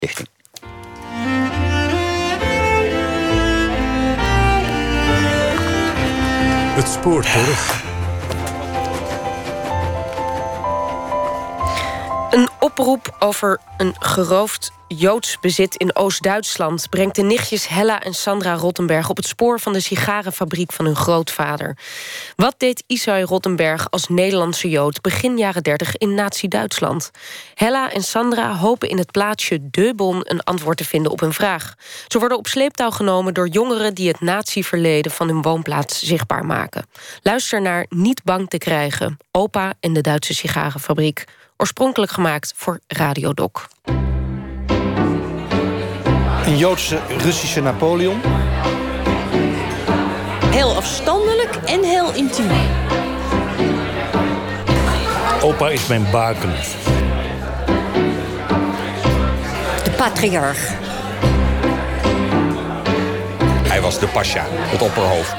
Stichting. Het spoor terug. Een oproep over een geroofd Joods bezit in Oost-Duitsland brengt de nichtjes Hella en Sandra Rottenberg op het spoor van de sigarenfabriek van hun grootvader. Wat deed Isai Rottenberg als Nederlandse Jood begin jaren 30 in Nazi-Duitsland? Hella en Sandra hopen in het plaatsje Döbeln een antwoord te vinden op hun vraag. Ze worden op sleeptouw genomen door jongeren die het nazi-verleden van hun woonplaats zichtbaar maken. Luister naar Niet bang te krijgen, Opa en de Duitse sigarenfabriek. Oorspronkelijk gemaakt voor Radio Doc. Een Joodse Russische Napoleon. Heel afstandelijk en heel intiem. Opa is mijn baken. De patriarch. Hij was de pasja, het opperhoofd.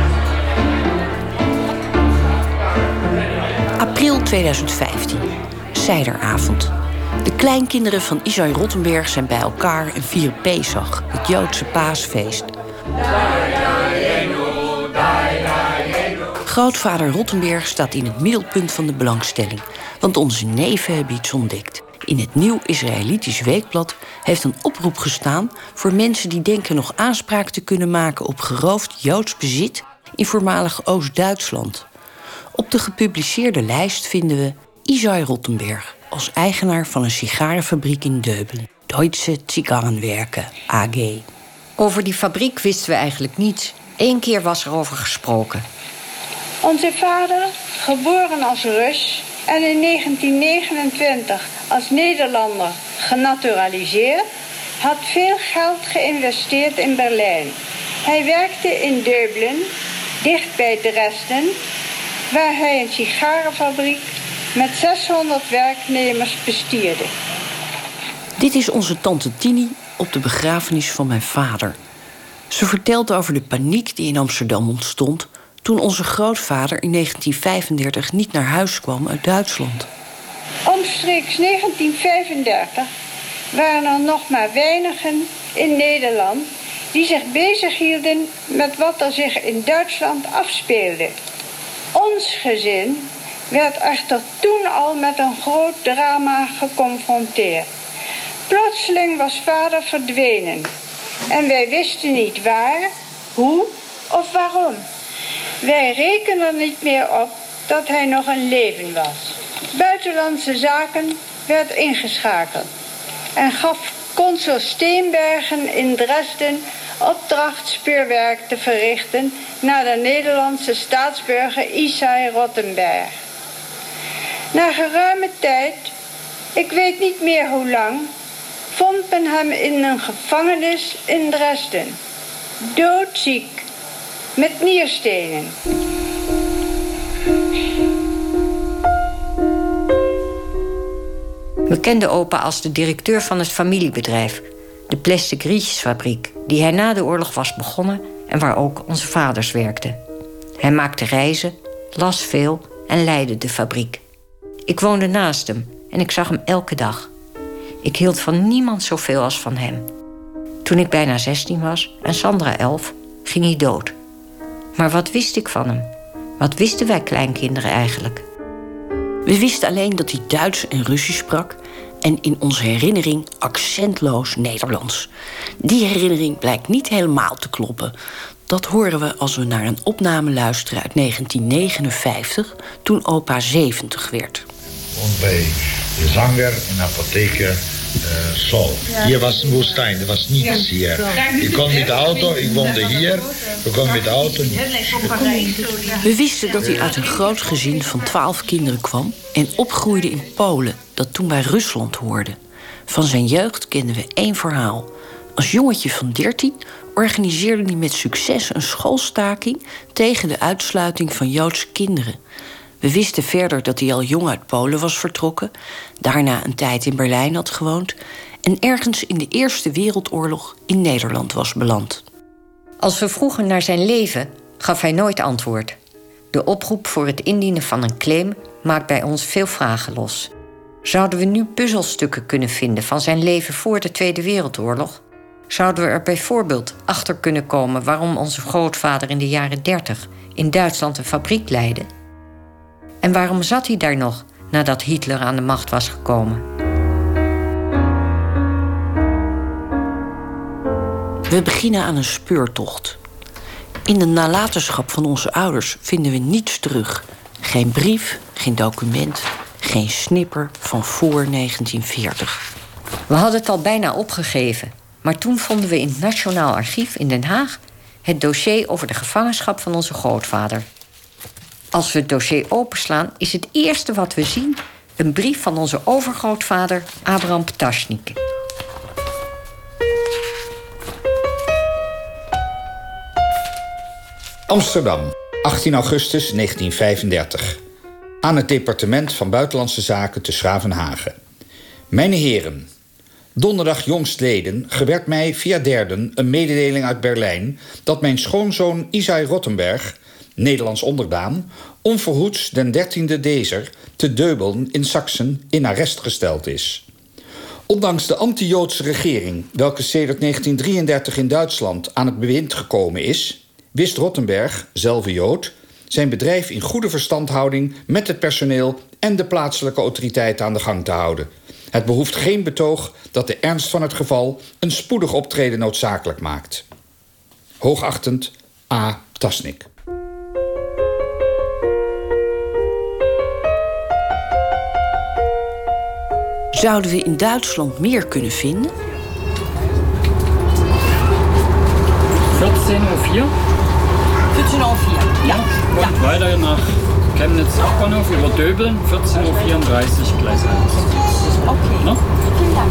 April 2015. Zijderavond. De kleinkinderen van Isai Rottenberg zijn bij elkaar en vieren Pesach, het Joodse paasfeest. Grootvader Rottenberg staat in het middelpunt van de belangstelling, want onze neven hebben iets ontdekt. In het Nieuw Israëlitisch Weekblad heeft een oproep gestaan voor mensen die denken nog aanspraak te kunnen maken op geroofd Joods bezit in voormalig Oost-Duitsland. Op de gepubliceerde lijst vinden we Isai Rottenberg als eigenaar van een sigarenfabriek in Döbeln. Deutsche Zigarrenwerke AG. Over die fabriek wisten we eigenlijk niets. 1 keer was er over gesproken. Onze vader, geboren als Rus en in 1929 als Nederlander genaturaliseerd, had veel geld geïnvesteerd in Berlijn. Hij werkte in Döbeln, dicht bij Dresden, waar hij een sigarenfabriek met 600 werknemers bestierde. Dit is onze tante Tini op de begrafenis van mijn vader. Ze vertelt over de paniek die in Amsterdam ontstond toen onze grootvader in 1935 niet naar huis kwam uit Duitsland. Omstreeks 1935 waren er nog maar weinigen in Nederland die zich bezighielden met wat er zich in Duitsland afspeelde. Ons gezin werd echter toen al met een groot drama geconfronteerd. Plotseling was vader verdwenen en wij wisten niet waar, hoe of waarom. Wij rekenden er niet meer op dat hij nog in leven was. Buitenlandse Zaken werd ingeschakeld en gaf consul Steenbergen in Dresden opdracht speurwerk te verrichten naar de Nederlandse staatsburger Isai Rottenberg. Na geruime tijd, ik weet niet meer hoe lang, vond men hem in een gevangenis in Dresden. Doodziek, met nierstenen. We kenden opa als de directeur van het familiebedrijf, de Plastic Rietjesfabriek, die hij na de oorlog was begonnen en waar ook onze vaders werkten. Hij maakte reizen, las veel en leidde de fabriek. Ik woonde naast hem en ik zag hem elke dag. Ik hield van niemand zoveel als van hem. Toen ik bijna 16 was en Sandra 11, ging hij dood. Maar wat wist ik van hem? Wat wisten wij kleinkinderen eigenlijk? We wisten alleen dat hij Duits en Russisch sprak en in onze herinnering accentloos Nederlands. Die herinnering blijkt niet helemaal te kloppen. Dat horen we als we naar een opname luisteren uit 1959, toen opa 70 werd. Bij de zanger en apotheker Sol. Ja. Hier was een woestijn, er was niets hier. Ik kon met de auto, ik woonde hier, we konden met de auto niet. We wisten dat hij uit een groot gezin van 12 kinderen kwam en opgroeide in Polen, dat toen bij Rusland hoorde. Van zijn jeugd kenden we 1 verhaal. Als jongetje van 13 organiseerde hij met succes een schoolstaking tegen de uitsluiting van Joodse kinderen. We wisten verder dat hij al jong uit Polen was vertrokken, daarna een tijd in Berlijn had gewoond en ergens in de Eerste Wereldoorlog in Nederland was beland. Als we vroegen naar zijn leven, gaf hij nooit antwoord. De oproep voor het indienen van een claim maakt bij ons veel vragen los. Zouden we nu puzzelstukken kunnen vinden van zijn leven voor de Tweede Wereldoorlog? Zouden we er bijvoorbeeld achter kunnen komen waarom onze grootvader in de jaren 30 in Duitsland een fabriek leidde? En waarom zat hij daar nog nadat Hitler aan de macht was gekomen? We beginnen aan een speurtocht. In de nalatenschap van onze ouders vinden we niets terug. Geen brief, geen document, geen snipper van voor 1940. We hadden het al bijna opgegeven. Maar toen vonden we in het Nationaal Archief in Den Haag het dossier over de gevangenschap van onze grootvader. Als we het dossier openslaan, is het eerste wat we zien een brief van onze overgrootvader Abraham Ptasznik. Amsterdam, 18 augustus 1935. Aan het departement van Buitenlandse Zaken te 's-Gravenhage. Mijne heren, donderdag jongstleden gewerd mij via derden een mededeling uit Berlijn dat mijn schoonzoon Isai Rottenberg, Nederlands onderdaan, onverhoeds den 13e dezer te Döbeln in Saksen in arrest gesteld is. Ondanks de anti-Joodse regering, welke sedert 1933 in Duitsland aan het bewind gekomen is, wist Rottenberg, zelf een Jood, zijn bedrijf in goede verstandhouding met het personeel en de plaatselijke autoriteiten aan de gang te houden. Het behoeft geen betoog dat de ernst van het geval een spoedig optreden noodzakelijk maakt. Hoogachtend A. Ptasznik. Zouden we in Duitsland meer kunnen vinden? 14:04 Uhr. 14:04 Uhr, ja. Und weiter nach Chemnitz Hauptbahnhof über Döbeln, 14:34 Uhr Gleis 1. Okay. No? Vielen Dank.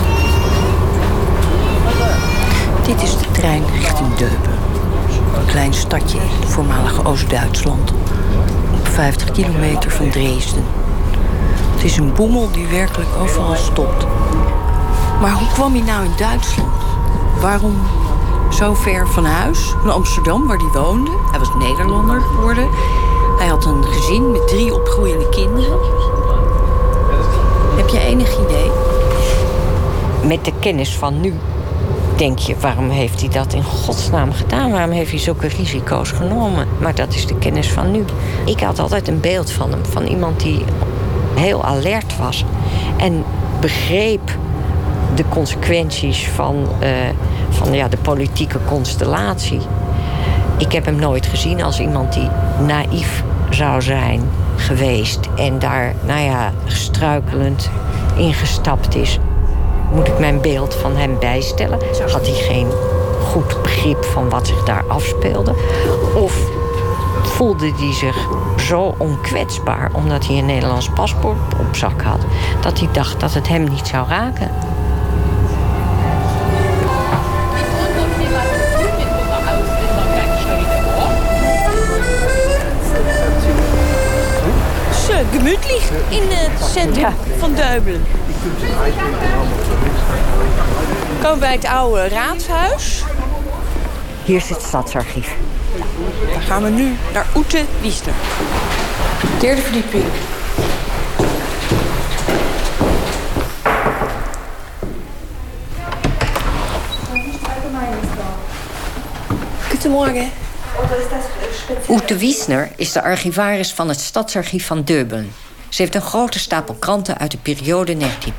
Dit is de trein richting Döbeln. Een klein stadje in het voormalige Oost-Duitsland. Op 50 kilometer van Dresden. Het is een boemel die werkelijk overal stopt. Maar hoe kwam hij nou in Duitsland? Waarom zo ver van huis? Van Amsterdam, waar hij woonde. Hij was Nederlander geworden. Hij had een gezin met 3 opgroeiende kinderen. Heb je enig idee? Met de kennis van nu denk je, waarom heeft hij dat in godsnaam gedaan? Waarom heeft hij zulke risico's genomen? Maar dat is de kennis van nu. Ik had altijd een beeld van hem, van iemand die heel alert was en begreep de consequenties van de politieke constellatie. Ik heb hem nooit gezien als iemand die naïef zou zijn geweest en daar, struikelend ingestapt is. Moet ik mijn beeld van hem bijstellen? Had hij geen goed begrip van wat zich daar afspeelde? Of voelde hij zich zo onkwetsbaar omdat hij een Nederlands paspoort op zak had, dat hij dacht dat het hem niet zou raken? Gemütlich in het centrum van Döbeln. We komen bij het oude raadshuis. Hier is het stadsarchief. Dan gaan we nu naar Ute Wiesner. 3e verdieping. Goedemorgen. Ute Wiesner is de archivaris van het stadsarchief van Döbeln. Ze heeft een grote stapel kranten uit de periode 1932-1935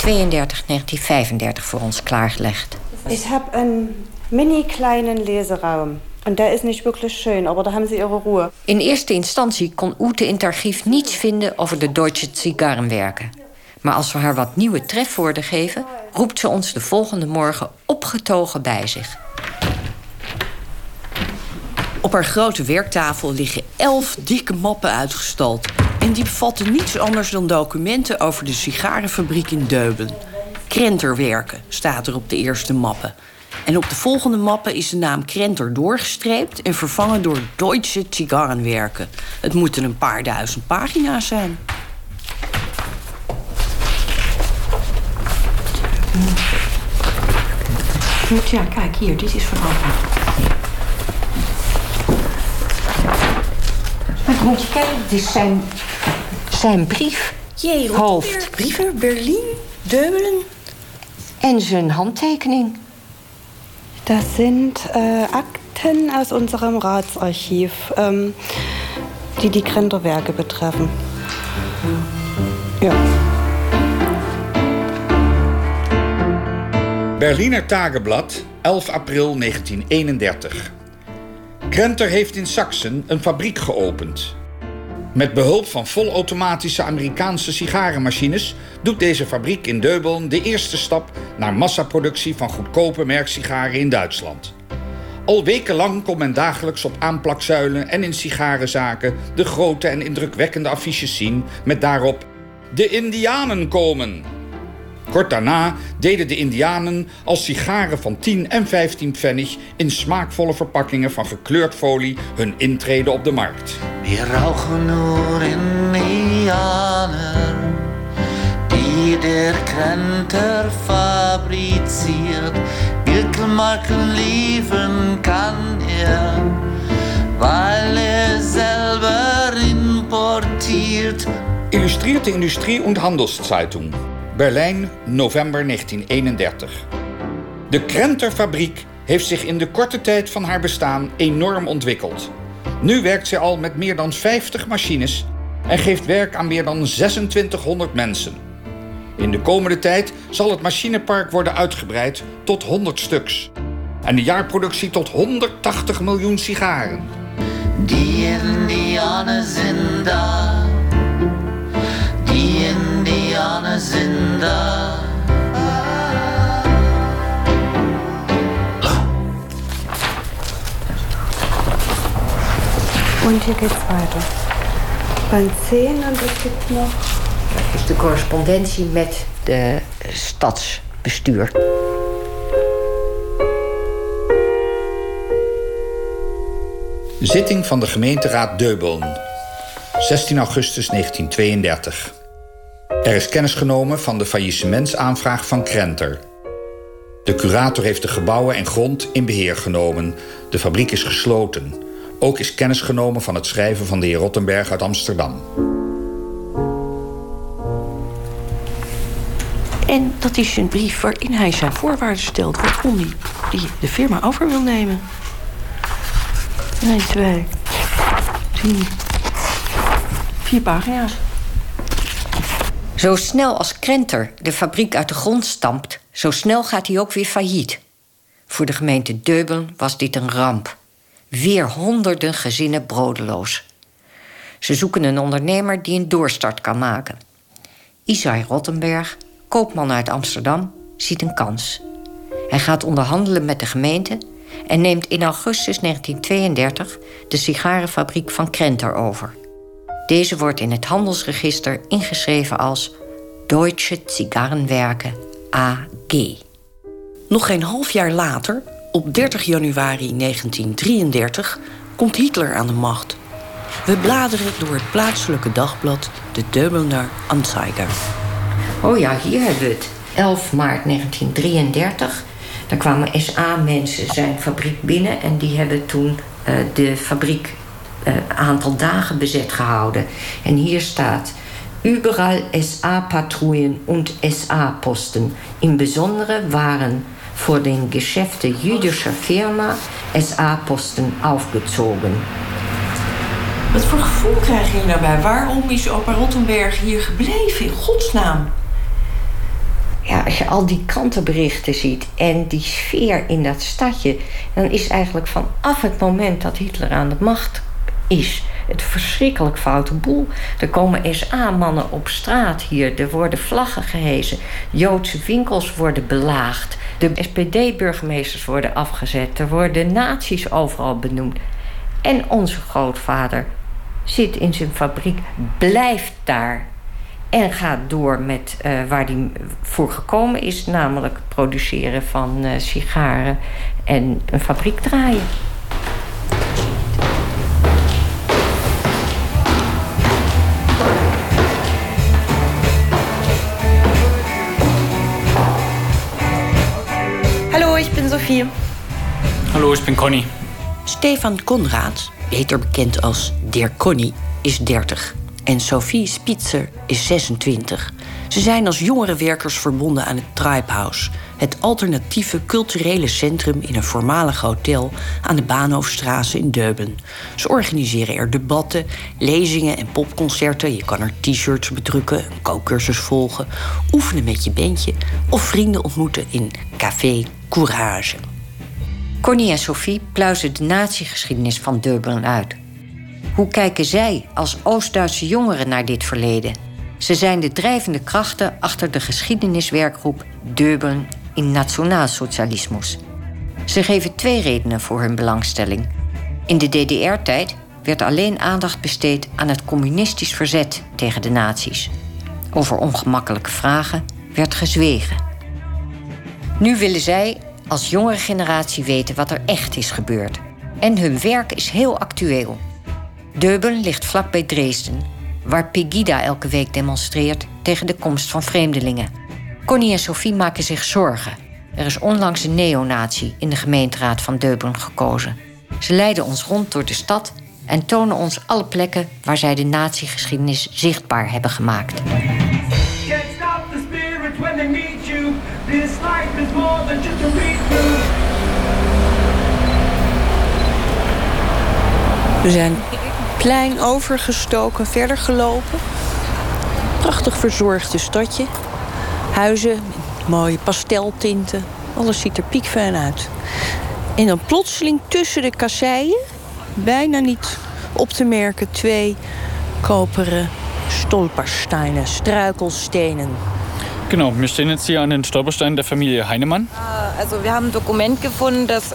voor ons klaargelegd. Ik heb een mini-kleinen Leseraum. En der is niet wirklich schön, maar daar hebben ze ihre Ruhe. In eerste instantie kon Ute in het archief niets vinden over de Deutsche Zigarrenwerken. Maar als we haar wat nieuwe trefwoorden geven, roept ze ons de volgende morgen opgetogen bij zich. Op haar grote werktafel liggen 11 dikke mappen uitgestald. En die bevatten niets anders dan documenten over de sigarenfabriek in Döbeln. Krenterwerken staat er op de eerste mappen. En op de volgende mappen is de naam Krenter doorgestreept en vervangen door Deutsche Zigarrenwerken. Het moeten een paar duizend pagina's zijn. Ja, kijk hier, dit is van opa. Maar moet je kijken, dit is zijn brief J. Hoofd. Brieven, Berlin, Döbeln. En zijn handtekening. Das sind Akten aus unserem Ratsarchiv, die Krenter-Werke betreffen. Ja. Berliner Tageblatt, 11 april 1931. Krenter heeft in Sachsen een fabriek geopend. Met behulp van volautomatische Amerikaanse sigarenmachines doet deze fabriek in Döbeln de eerste stap naar massaproductie van goedkope merksigaren in Duitsland. Al wekenlang kon men dagelijks op aanplakzuilen en in sigarenzaken de grote en indrukwekkende affiches zien met daarop: de Indianen komen. Kort daarna deden de Indianen als sigaren van 10 en 15 pfennig in smaakvolle verpakkingen van gekleurd folie hun intrede op de markt. Wir rauchen nur Indianer, die der Krenter fabriziert. Birkenmarken liefern kann weil selber importiert. Illustreert de Industrie- und Handelszeitung. Berlijn, november 1931. De Krenter-fabriek heeft zich in de korte tijd van haar bestaan enorm ontwikkeld. Nu werkt zij al met meer dan 50 machines en geeft werk aan meer dan 2600 mensen. In de komende tijd zal het machinepark worden uitgebreid tot 100 stuks. En de jaarproductie tot 180 miljoen sigaren. Die Indianen zijn daar. Die Indianen zijn daar. Und hier geht's weiter. Band 10 und es gibt noch... Dat is de correspondentie met de stadsbestuur. Zitting van de gemeenteraad Döbeln. 16 augustus 1932. Er is kennis genomen van de faillissementsaanvraag van Krenter. De curator heeft de gebouwen en grond in beheer genomen. De fabriek is gesloten. Ook is kennis genomen van het schrijven van de heer Rottenberg uit Amsterdam. En dat is een brief waarin hij zijn voorwaarden stelt waarom hij de firma over wil nemen. 1, 2, 10, 4 pagina's. Zo snel als Krenter de fabriek uit de grond stampt, zo snel gaat hij ook weer failliet. Voor de gemeente Döbeln was dit een ramp. Weer honderden gezinnen broodeloos. Ze zoeken een ondernemer die een doorstart kan maken. Isai Rottenberg, koopman uit Amsterdam, ziet een kans. Hij gaat onderhandelen met de gemeente en neemt in augustus 1932 de sigarenfabriek van Krenter over. Deze wordt in het handelsregister ingeschreven als Deutsche Zigarrenwerke AG. Nog geen half jaar later, op 30 januari 1933, komt Hitler aan de macht. We bladeren door het plaatselijke dagblad de Döbelner Anzeiger. Oh ja, hier hebben we het. 11 maart 1933. Daar kwamen SA-mensen zijn fabriek binnen en die hebben toen de fabriek een aantal dagen bezet gehouden. En hier staat: Überall SA-Patrouillen und SA-Posten. In bijzondere waren voor den Geschäfte jüdischer Firma SA-Posten aufgezogen. Wat voor gevoel krijg je daarbij? Waarom is opa Rottenberg hier gebleven, in godsnaam? Ja, als je al die krantenberichten ziet en die sfeer in dat stadje, dan is eigenlijk vanaf het moment dat Hitler aan de macht is het verschrikkelijk foute boel. Er komen SA-mannen op straat hier, er worden vlaggen gehesen, Joodse winkels worden belaagd, de SPD-burgemeesters worden afgezet, er worden nazi's overal benoemd. En onze grootvader zit in zijn fabriek, blijft daar en gaat door met waar hij voor gekomen is, namelijk produceren van sigaren en een fabriek draaien. Hallo, ik ben Sophie. Hallo, ik ben Conny. Stefan Konrad, beter bekend als Der Conny, is 30. En Sophie Spitzer is 26. Ze zijn als jongerenwerkers verbonden aan het Treibhaus, het alternatieve culturele centrum in een voormalig hotel aan de Bahnhofstraße in Döbeln. Ze organiseren er debatten, lezingen en popconcerten. Je kan er t-shirts bedrukken, een kookcursus volgen, oefenen met je bandje of vrienden ontmoeten in Café Courage. Connie en Sophie pluizen de nazi-geschiedenis van Döbeln uit. Hoe kijken zij als Oost-Duitse jongeren naar dit verleden? Ze zijn de drijvende krachten achter de geschiedeniswerkgroep Döbeln in Nationaalsocialismus. Ze geven 2 redenen voor hun belangstelling. In de DDR-tijd werd alleen aandacht besteed aan het communistisch verzet tegen de nazi's. Over ongemakkelijke vragen werd gezwegen. Nu willen zij als jongere generatie weten wat er echt is gebeurd. En hun werk is heel actueel. Döbeln ligt vlakbij Dresden, waar Pegida elke week demonstreert tegen de komst van vreemdelingen. Connie en Sophie maken zich zorgen. Er is onlangs een neonazi in de gemeenteraad van Döbeln gekozen. Ze leiden ons rond door de stad en tonen ons alle plekken waar zij de nazi-geschiedenis zichtbaar hebben gemaakt. We zijn plein overgestoken, verder gelopen. Prachtig verzorgde stadje. Huizen met mooie pasteltinten. Alles ziet er piekfijn uit. En dan plotseling tussen de kasseien, bijna niet op te merken, 2 koperen stolpersteinen, struikelstenen. Genau, wir stehen jetzt hier an den Stolpersteinen der Familie Heinemann. Also wir haben ein Dokument gefunden, dass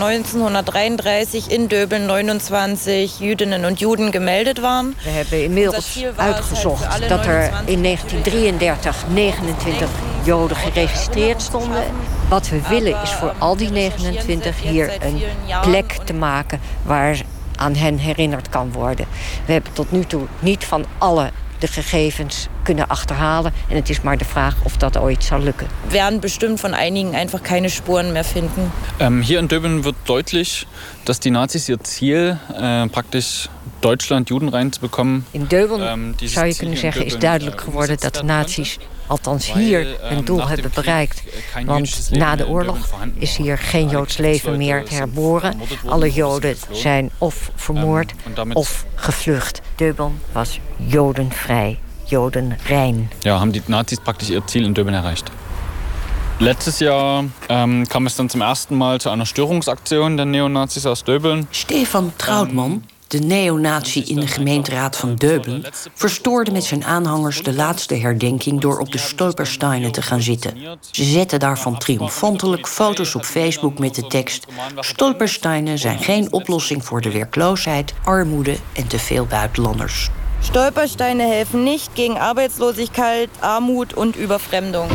1933 in Döbeln 29 Jüdinnen und Juden gemeldet waren. We hebben inmiddels uitgezocht dat er in 1933 29 Joden geregistreerd stonden. Wat we willen is voor al die 29 hier een plek te maken waar aan hen herinnerd kan worden. We hebben tot nu toe niet van alle de gegevens kunnen achterhalen. En het is maar de vraag of dat ooit zal lukken. We werden bestimmt van einigen einfach keine Spuren mehr finden. Hier in Döbeln wird deutlich, dass die Nazis ihr Ziel praktisch Deutschland Juden reinzubekommen. In Döbeln zou je kunnen zeggen is duidelijk geworden dat de nazi's althans hier hun doel hebben bereikt. Want na de oorlog is hier geen Joods leven meer herboren. Alle Joden zijn of vermoord of gevlucht. Döbeln was jodenvrij, jodenrein. Ja, haben die Nazis praktisch ihr Ziel in Döbeln erreicht. Letztes Jahr kam es dann zum ersten Mal zu einer Störungsaktion der Neonazis aus Döbeln. Stefan Trautmann, de neonazi in de gemeenteraad van Döbeln, verstoorde met zijn aanhangers de laatste herdenking door op de Stolpersteinen te gaan zitten. Ze zetten daarvan triomfantelijk foto's op Facebook met de tekst: Stolpersteinen zijn geen oplossing voor de werkloosheid, armoede en te veel buitenlanders. Stolpersteine helfen nicht gegen Arbeitslosigkeit, Armut und Überfremdung.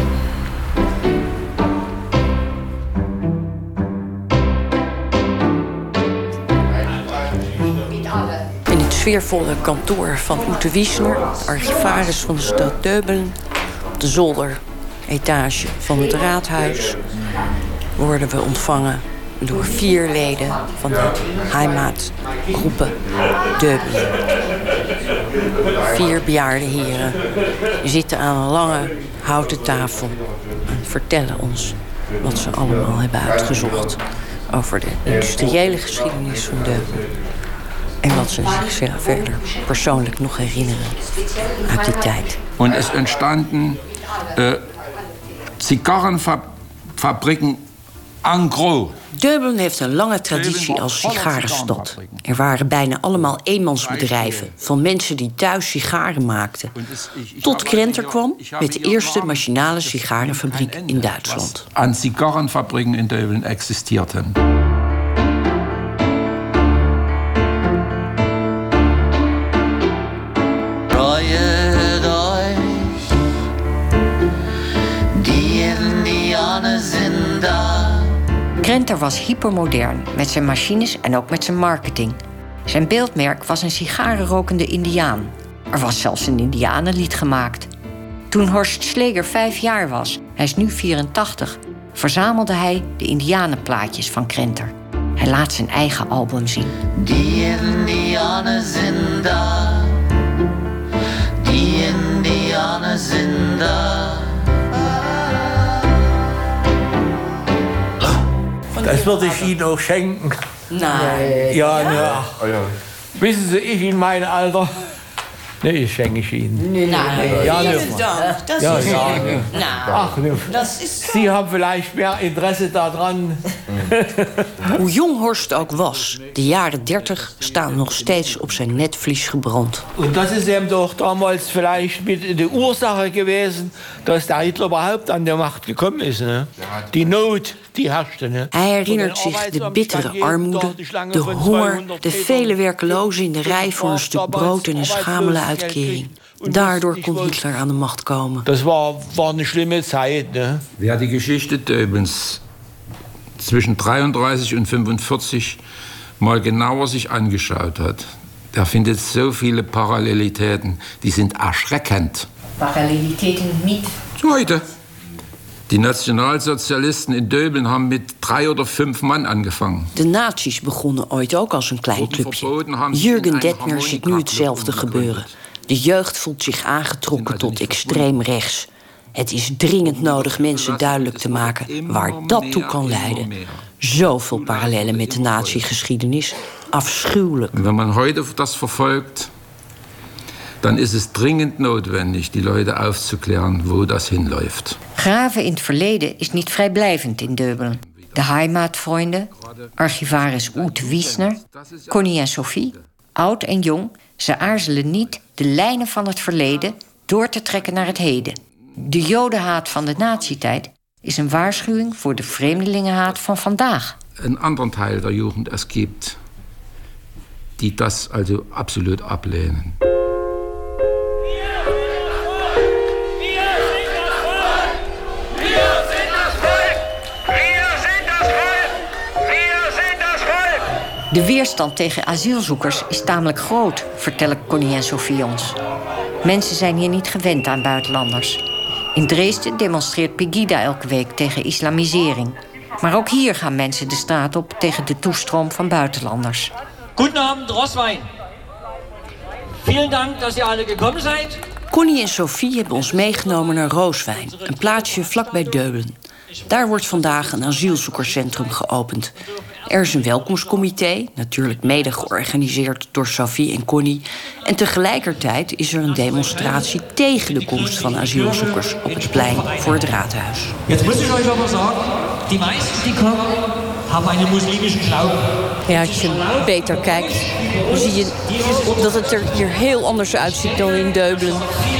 In het sfeervolle kantoor van Ute Wiesner, archivaris van de stad Döbeln, op de zolderetage van het raadhuis, worden we ontvangen door 4 leden van de Heimatgroepe Döbeln. 4 bejaarde heren zitten aan een lange houten tafel en vertellen ons wat ze allemaal hebben uitgezocht over de industriële geschiedenis van Döbeln. En wat ze zich verder persoonlijk nog herinneren uit die tijd. En es entstanden Zigarrenfabriken en gros. Döbeln heeft een lange traditie als sigarenstad. Er waren bijna allemaal eenmansbedrijven van mensen die thuis sigaren maakten. Tot Krenter kwam met de eerste machinale sigarenfabriek in Duitsland. Aan sigarenfabrieken in Döbeln existeerden. Krenter was hypermodern met zijn machines en ook met zijn marketing. Zijn beeldmerk was een sigarenrokende Indiaan. Er was zelfs een Indianenlied gemaakt. Toen Horst Schleger 5 jaar was, hij is nu 84, verzamelde hij de Indianenplaatjes van Krenter. Hij laat zijn eigen album zien. Die Indianen zijn daar, Indianer sind da. Das würde ich Ihnen auch schenken. Nein. Ja, ja. Oh, ja. Wissen Sie, ich in meinem Alter... Nee, schenke ich Ihnen. Nein, ja, vielen Dank. Das ja, ist ja. schön. Ach, dat is Sie haben vielleicht mehr Interesse daran. Hoe jong Horst ook was, de jaren 30 staan nog steeds op zijn netvlies gebrand. Und das ist eben doch damals vielleicht mit der Ursache gewesen, dass der Hitler überhaupt an der Macht gekommen ist. Ne? Die Not, die herrschte. Ne? Hij herinnert zich de bittere armoede, de honger, de vele werklozen in de rij voor een stuk brood en een schamele uitkering. Daardoor kon Hitler aan de macht komen. Das war eine schlimme Zeit. Ne? Wer die Geschichte Döbelns zwischen 33 und 45 mal genauer sich angeschaut hat, der findet so viele Parallelitäten, die sind erschreckend. Parallelitäten mit? Heute. Die Nationalsozialisten in Döbeln haben mit 3 oder 5 Mann angefangen. De nazi's begonnen ooit ook als een klein clubje. Jürgen Detmer ziet nu hetzelfde gebeuren. De jeugd voelt zich aangetrokken tot extreem rechts. Het is dringend nodig mensen duidelijk te maken waar dat toe kan leiden. Zoveel parallellen met de nazi-geschiedenis. Afschuwelijk. Wenn man heute das verfolgt, dann ist es dringend notwendig, die Leute aufzuklären, wo das hinläuft. Graven in het verleden is niet vrijblijvend in Döbeln. De Heimatfreunde, archivaris Oet Wiesner, Connie en Sophie, oud en jong, ze aarzelen niet de lijnen van het verleden door te trekken naar het heden. De jodenhaat van de nazi-tijd is een waarschuwing voor de vreemdelingenhaat van vandaag. Een ander Teil der Jugend es gibt, die das also absolut ablehnen. De weerstand tegen asielzoekers is tamelijk groot, vertellen Connie en Sophie ons. Mensen zijn hier niet gewend aan buitenlanders. In Dresden demonstreert Pegida elke week tegen islamisering. Maar ook hier gaan mensen de straat op tegen de toestroom van buitenlanders. Goedenavond, Roswijn. Vielen Dank dat u alle gekomen seid. Connie en Sophie hebben ons meegenomen naar Rooswijn, een plaatsje vlakbij Döbeln. Daar wordt vandaag een asielzoekerscentrum geopend. Er is een welkomstcomité, natuurlijk mede georganiseerd door Sophie en Connie. En tegelijkertijd is er een demonstratie tegen de komst van asielzoekers op het plein voor het raadhuis. Jetzt muss ich euch aber sagen, die meisten die kommen, hebben een moslimische Glauben. Ja, als je beter kijkt, dan zie je dat het er hier heel anders uitziet dan in Döbeln.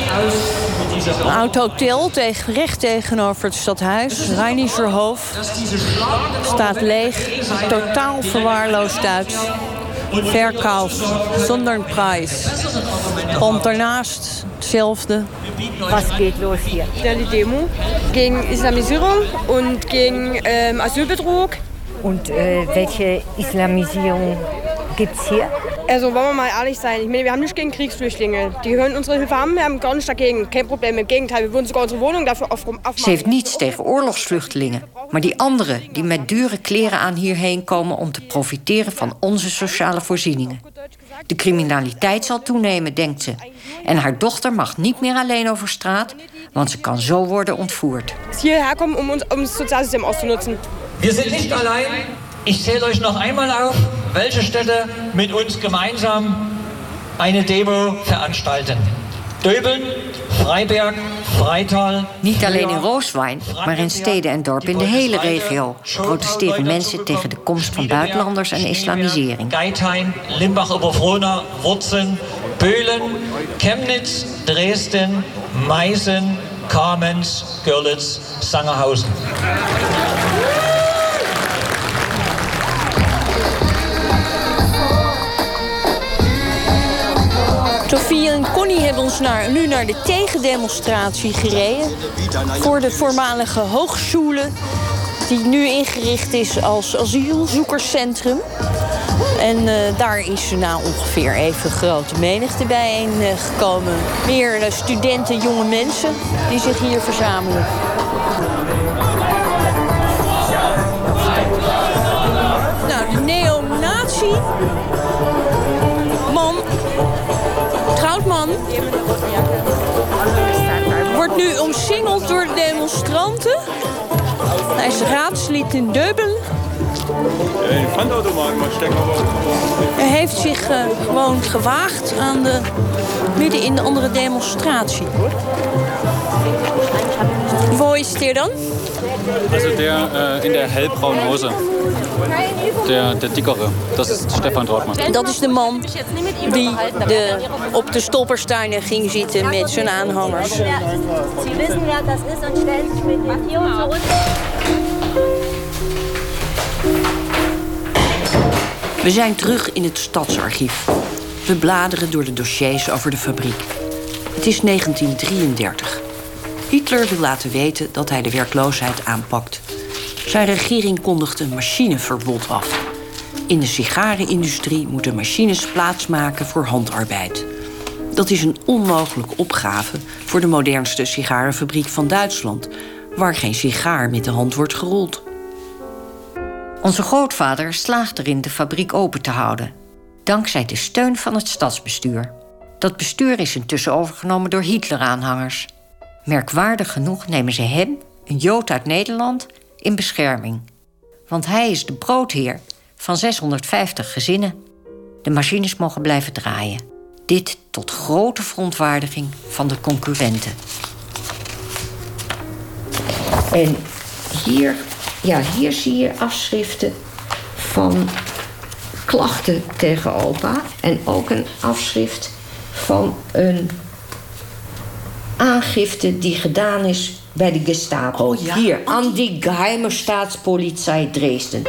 Een oud hotel recht tegenover het stadhuis, Reinigerhof, staat leeg, totaal verwaarloosd uit. Verkauf, zonder prijs. Want daarnaast hetzelfde. Was geht los hier? Die Demo gegen Islamisierung und gegen Asylbetrug. Und welche Islamisierung gibt's hier? Also wollen wir mal ehrlich sein, ich meine, wir haben nichts gegen Kriegsflüchtlinge. Die hören unsere Hilfe haben, wir haben gar nichts dagegen. Kein Probleem, im Gegenteil, wir würden sogar unsere Wohnung dafür afmaken. Ze heeft niets tegen oorlogsvluchtelingen. Maar die anderen die met dure kleren aan hierheen komen om te profiteren van onze sociale voorzieningen. De criminaliteit zal toenemen, denkt ze. En haar dochter mag niet meer alleen over straat, want ze kan zo worden ontvoerd. Hierher komen om het Sozialsystem auszunutzen. Wir sind nicht allein. Ich zähle euch noch einmal auf, welche Städte mit uns gemeinsam eine Demo veranstalten. Döbeln, Freiberg, Freital. Niet alleen in Rooswijn, maar in steden en dorpen in de hele regio protesteren mensen tegen de komst van buitenlanders en islamisering. Geithain, Limbach-Oberfrohna, Wurzen, Böhlen, Chemnitz, Dresden, Meißen, Kamenz, Görlitz, Sangerhausen. Sophie en Connie hebben ons nu naar de tegendemonstratie gereden. Voor de voormalige Hochschule, die nu ingericht is als asielzoekerscentrum. En daar is nou ongeveer even grote menigte bijeen gekomen. Meer studenten, jonge mensen die zich hier verzamelen. Nou, de neonazi man, trouwt man. Nu omsingeld door de demonstranten. Hij is raadslid in Döbeln. Hij heeft zich gewoon gewaagd midden in de andere demonstratie. Wo is der dan? Also der in der hellbraunen Hose. Der dickere. Dat is Stefan Trautmann. Dat is de man die op de stolpersteinen ging zitten met zijn aanhangers. Sie wissen ja, das ist und stellen sich mit dem hier und so unten. We zijn terug in het stadsarchief. We bladeren door de dossiers over de fabriek. Het is 1933. Hitler wil laten weten dat hij de werkloosheid aanpakt. Zijn regering kondigt een machineverbod af. In de sigarenindustrie moeten machines plaatsmaken voor handarbeid. Dat is een onmogelijke opgave voor de modernste sigarenfabriek van Duitsland, waar geen sigaar met de hand wordt gerold. Onze grootvader slaagt erin de fabriek open te houden, dankzij de steun van het stadsbestuur. Dat bestuur is intussen overgenomen door Hitler-aanhangers. Merkwaardig genoeg nemen ze hem, een Jood uit Nederland, in bescherming. Want hij is de broodheer van 650 gezinnen. De machines mogen blijven draaien. Dit tot grote verontwaardiging van de concurrenten. En hier zie je afschriften van klachten tegen opa. En ook een afschrift van een aangifte die gedaan is bij de Gestapo. Oh, ja? Hier, aan die geheime staatspolizei Dresden.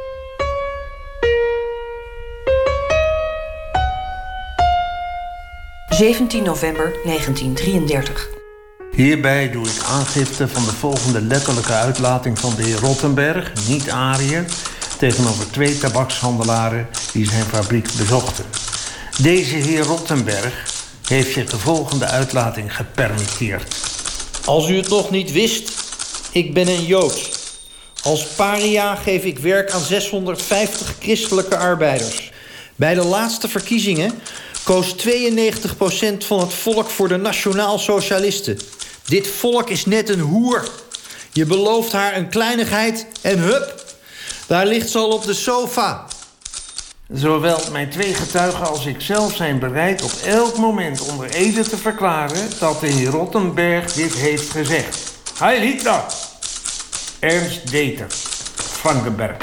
(17 november 1933). Hierbij doe ik aangifte van de volgende letterlijke uitlating van de heer Rottenberg, niet Ariër, tegenover 2 tabakshandelaren die zijn fabriek bezochten. Deze heer Rottenberg heeft zich de volgende uitlating gepermitteerd. Als u het nog niet wist, ik ben een Jood. Als paria geef ik werk aan 650 christelijke arbeiders. Bij de laatste verkiezingen koos 92% van het volk voor de Nationaal-Socialisten. Dit volk is net een hoer. Je belooft haar een kleinigheid en hup, daar ligt ze al op de sofa. Zowel mijn 2 getuigen als ik zelf zijn bereid op elk moment onder ede te verklaren dat de heer Rottenberg dit heeft gezegd. Heil Hitler! Ernst Deter, Frankenberg.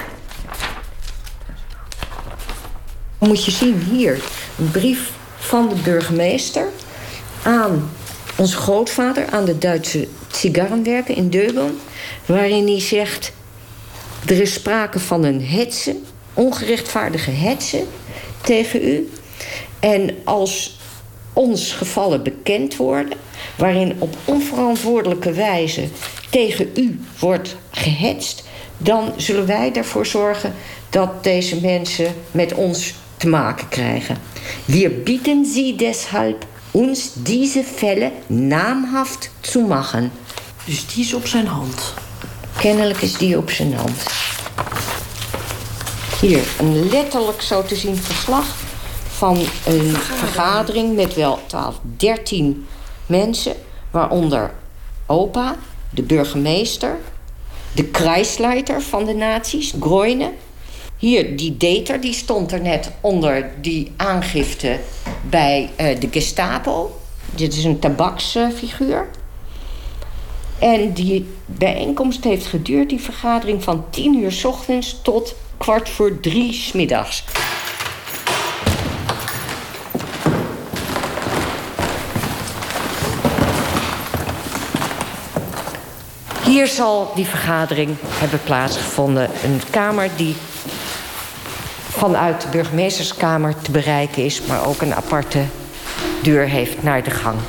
Moet je zien hier, een brief van de burgemeester aan onze grootvader, aan de Duitse sigarenwerken in Döbeln, waarin hij zegt: er is sprake van een hetze, ongerechtvaardige hetze tegen u. En als ons gevallen bekend worden, waarin op onverantwoordelijke wijze tegen u wordt gehetst, dan zullen wij ervoor zorgen dat deze mensen met ons te maken krijgen. Wir bitten Sie deshalb, uns diese Fälle naamhaft zu machen. Dus die is op zijn hand. Kennelijk is die op zijn hand. Hier, een letterlijk zo te zien verslag van een vergadering met wel 13 mensen, waaronder opa, de burgemeester, de Kreisleiter van de nazi's, Groene. Hier, die Deter, die stond er net onder die aangifte bij de Gestapo. Dit is een tabaksfiguur. En die bijeenkomst heeft geduurd, die vergadering, van 10 uur 's ochtends tot 2:45 's middags. Hier zal die vergadering hebben plaatsgevonden. Een kamer die vanuit de burgemeesterskamer te bereiken is, maar ook een aparte deur heeft naar de gang.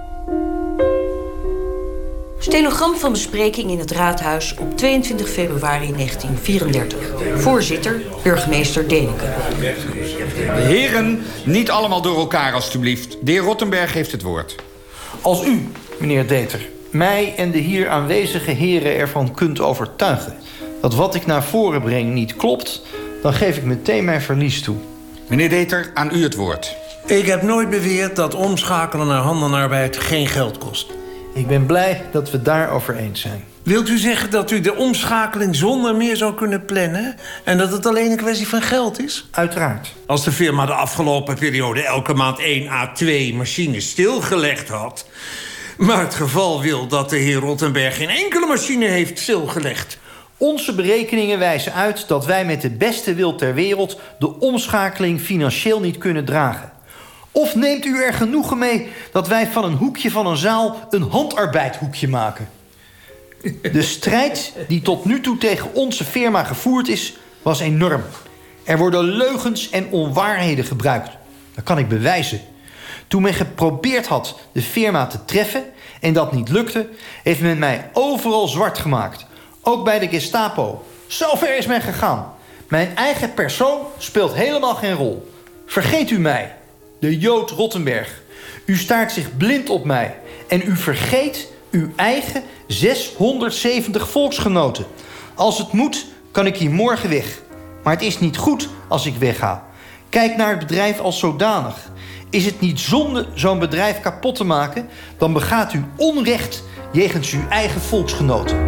Stenogram van bespreking in het raadhuis op 22 februari 1934. Voorzitter, burgemeester Deneke. Heren, niet allemaal door elkaar alstublieft. De heer Rottenberg heeft het woord. Als u, meneer Deter, mij en de hier aanwezige heren ervan kunt overtuigen dat wat ik naar voren breng niet klopt, dan geef ik meteen mijn verlies toe. Meneer Deter, aan u het woord. Ik heb nooit beweerd dat omschakelen naar handenarbeid geen geld kost. Ik ben blij dat we daarover eens zijn. Wilt u zeggen dat u de omschakeling zonder meer zou kunnen plannen? En dat het alleen een kwestie van geld is? Uiteraard. Als de firma de afgelopen periode elke maand 1 à 2 machines stilgelegd had... maar het geval wil dat de heer Rottenberg geen enkele machine heeft stilgelegd... Onze berekeningen wijzen uit dat wij met de beste wil ter wereld... de omschakeling financieel niet kunnen dragen. Of neemt u er genoegen mee dat wij van een hoekje van een zaal... een handarbeidhoekje maken? De strijd die tot nu toe tegen onze firma gevoerd is, was enorm. Er worden leugens en onwaarheden gebruikt. Dat kan ik bewijzen. Toen men geprobeerd had de firma te treffen en dat niet lukte... heeft men mij overal zwart gemaakt. Ook bij de Gestapo. Zo ver is men gegaan. Mijn eigen persoon speelt helemaal geen rol. Vergeet u mij, de Jood Rottenberg. U staart zich blind op mij. En u vergeet uw eigen 670 volksgenoten. Als het moet, kan ik hier morgen weg. Maar het is niet goed als ik wegga. Kijk naar het bedrijf als zodanig. Is het niet zonde zo'n bedrijf kapot te maken... dan begaat u onrecht jegens uw eigen volksgenoten.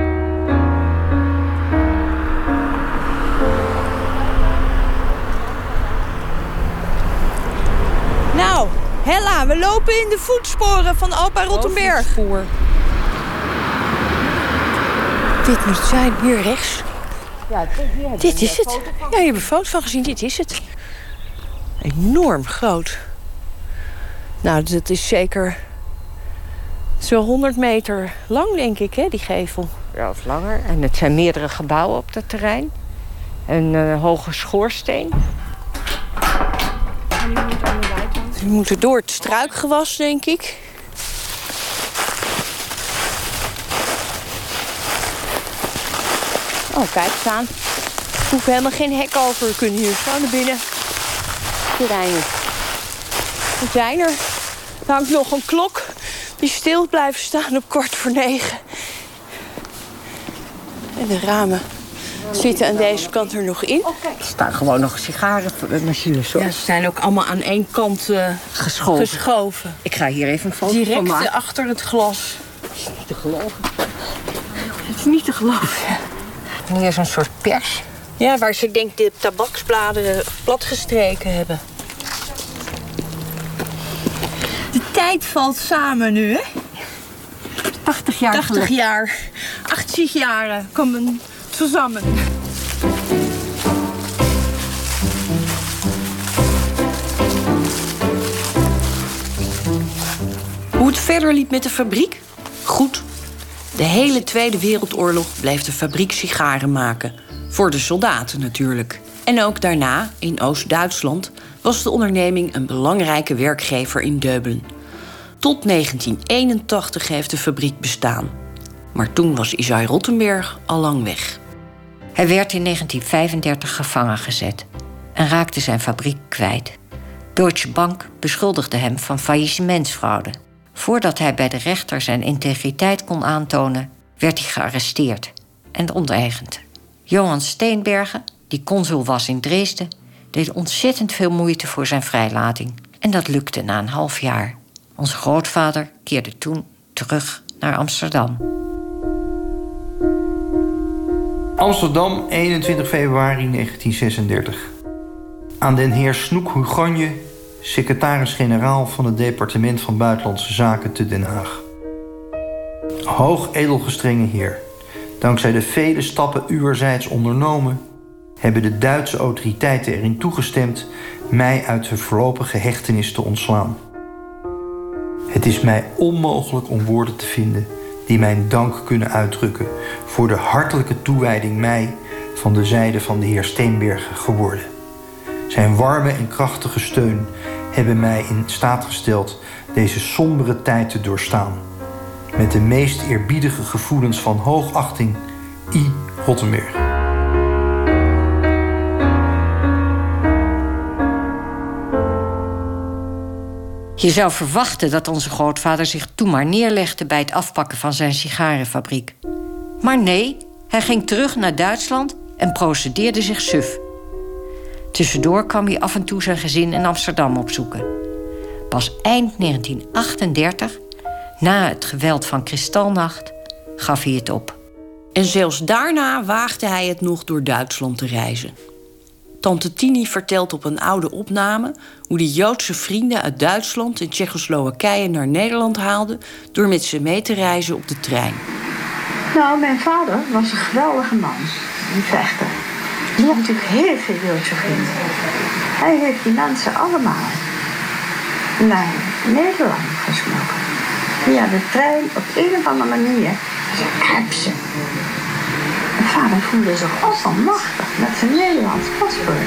Nou, Hella, we lopen in de voetsporen van opa Rottenberg. Dit moet zijn, hier rechts. Ja, dit is het. Ja, je hebt een foto van gezien, dit is het. Enorm groot. Nou, dat is zeker zo'n 100 meter lang, denk ik, hè, die gevel. Ja, of langer. En het zijn meerdere gebouwen op dat terrein. Een hoge schoorsteen. We moeten door het struikgewas, denk ik. Oh, kijk eens aan. We hoeven helemaal geen hek over. We kunnen hier zo naar binnen. Terreinen. We zijn er. Er hangt nog een klok die stil blijft staan op 8:45. En de ramen zitten aan deze kant er nog in. Er staan gewoon nog sigarenmachines, hoor. Ja, ze zijn ook allemaal aan één kant geschoven. Ik ga hier even een foto direct van maken. Achter het glas. Het is niet te geloven. Het is niet te geloven. Hier is een soort pers. Ja, waar ze denk de tabaksbladen platgestreken hebben. De tijd valt samen nu, hè? 80 jaar 80 jaar. 80 jaren komen samen. Hoe het verder liep met de fabriek? Goed. De hele Tweede Wereldoorlog bleef de fabriek sigaren maken. Voor de soldaten natuurlijk. En ook daarna, in Oost-Duitsland, was de onderneming een belangrijke werkgever in Döbeln. Tot 1981 heeft de fabriek bestaan. Maar toen was Isai Rottenberg al lang weg. Hij werd in 1935 gevangen gezet en raakte zijn fabriek kwijt. Deutsche Bank beschuldigde hem van faillissementsfraude. Voordat hij bij de rechter zijn integriteit kon aantonen, werd hij gearresteerd en onteigend. Johann Steenbergen, die consul was in Dresden, deed ontzettend veel moeite voor zijn vrijlating. En dat lukte na een half jaar. Onze grootvader keerde toen terug naar Amsterdam. Amsterdam, 21 februari 1936. Aan den heer Snoek Hugonje, secretaris-generaal van het departement van Buitenlandse Zaken te Den Haag. Hoog edelgestrenge heer, dankzij de vele stappen uwerzijds ondernomen, hebben de Duitse autoriteiten erin toegestemd mij uit de voorlopige hechtenis te ontslaan. Het is mij onmogelijk om woorden te vinden die mijn dank kunnen uitdrukken voor de hartelijke toewijding mij van de zijde van de heer Steenbergen geworden. Zijn warme en krachtige steun hebben mij in staat gesteld deze sombere tijd te doorstaan. Met de meest eerbiedige gevoelens van hoogachting, I. Rottenberg. Je zou verwachten dat onze grootvader zich toen maar neerlegde bij het afpakken van zijn sigarenfabriek. Maar nee, hij ging terug naar Duitsland en procedeerde zich suf. Tussendoor kwam hij af en toe zijn gezin in Amsterdam opzoeken. Pas eind 1938, Na het geweld van Kristalnacht gaf hij het op. En zelfs daarna waagde hij het nog door Duitsland te reizen. Tante Tini vertelt op een oude opname hoe de Joodse vrienden uit Duitsland en Tsjechoslowakije naar Nederland haalden door met ze mee te reizen op de trein. Nou, mijn vader was een geweldige man, een vechter. Die had natuurlijk heel veel Joodse vrienden. Hij heeft die mensen allemaal naar Nederland gesmokkeld. Via de trein op een of andere manier. Ik heb ze. Mijn vader voelde zich onvermachtig met zijn Nederlands paspoort.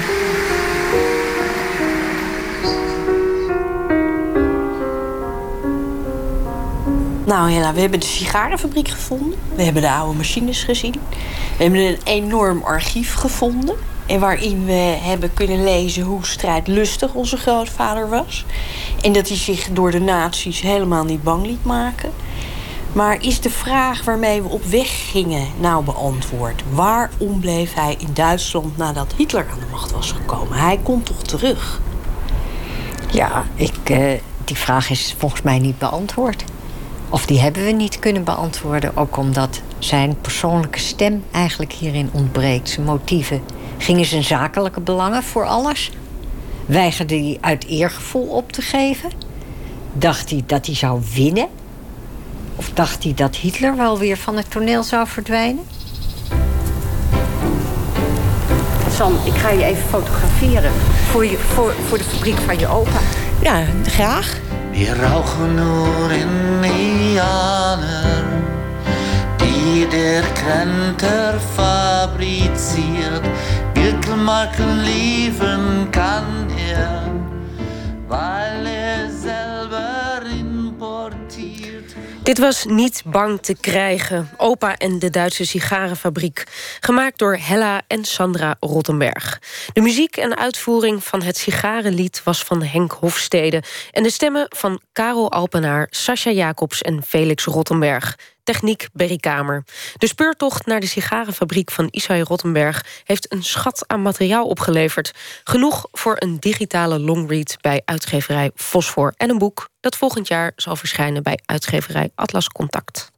Nou Hella, we hebben de sigarenfabriek gevonden. We hebben de oude machines gezien. We hebben een enorm archief gevonden. En waarin we hebben kunnen lezen hoe strijdlustig onze grootvader was. En dat hij zich door de nazi's helemaal niet bang liet maken. Maar is de vraag waarmee we op weg gingen nou beantwoord? Waarom bleef hij in Duitsland nadat Hitler aan de macht was gekomen? Hij komt toch terug? Ja, die vraag is volgens mij niet beantwoord. Of die hebben we niet kunnen beantwoorden. Ook omdat zijn persoonlijke stem eigenlijk hierin ontbreekt. Zijn motieven. Gingen zijn zakelijke belangen voor alles? Weigerde hij uit eergevoel op te geven? Dacht hij dat hij zou winnen? Of dacht hij dat Hitler wel weer van het toneel zou verdwijnen? San, ik ga je even fotograferen. Voor de fabriek van je opa. Ja, graag. Wir rauchen nur in Indianer, die der Krenter fabriziert. Birkelmarken liefern kann weil selber importiert. Dit was Niet bang te krijgen. Opa en de Duitse sigarenfabriek. Gemaakt door Hella en Sandra Rottenberg. De muziek en uitvoering van het sigarenlied was van Henk Hofstede. En de stemmen van Karel Alpenaar, Sascha Jacobs en Felix Rottenberg. Techniek Berry Kamer. De speurtocht naar de sigarenfabriek van Isai Rottenberg heeft een schat aan materiaal opgeleverd. Genoeg voor een digitale longread bij uitgeverij Fosfor en een boek dat volgend jaar zal verschijnen bij uitgeverij Atlas Contact.